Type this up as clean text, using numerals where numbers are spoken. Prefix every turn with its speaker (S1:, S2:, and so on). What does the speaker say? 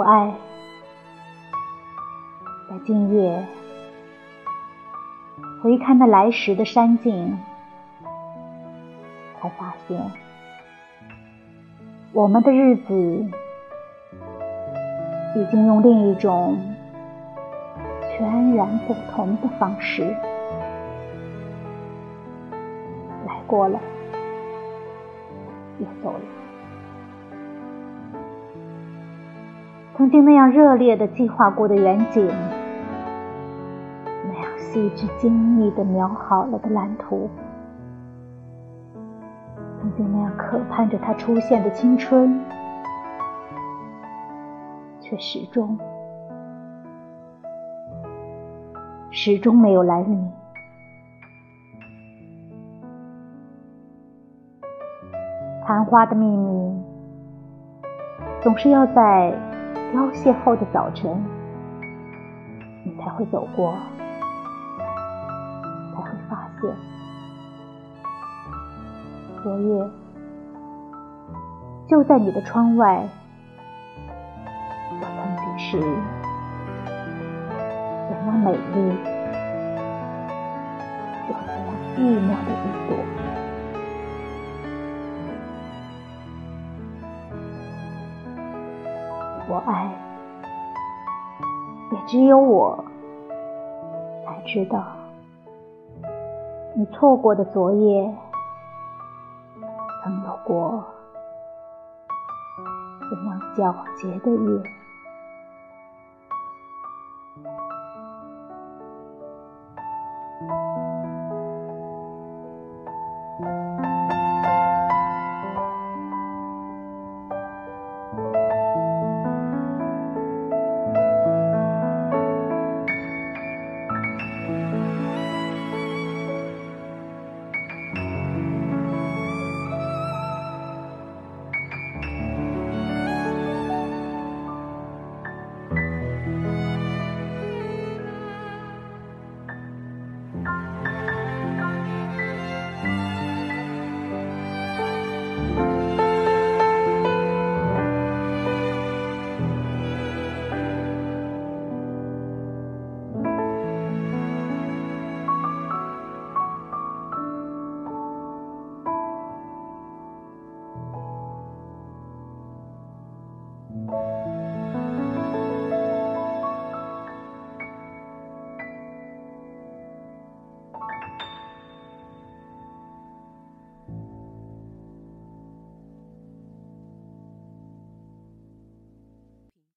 S1: 爱，在今夜回看那来时的山径，才发现我们的日子已经用另一种全然不同的方式来过了，也走了。曾经那样热烈地计划过的远景，那样细致精密地描好了的蓝图，曾经那样渴盼着它出现的青春，却始终没有来临。昙花的秘密总是要在凋谢后的早晨，你才会走过，才会发现，昨夜就在你的窗外，我曾经是怎样美丽，又怎样寂寞的一朵。我爱，也只有我才知道，你错过的昨夜，曾有过怎样皎洁的夜。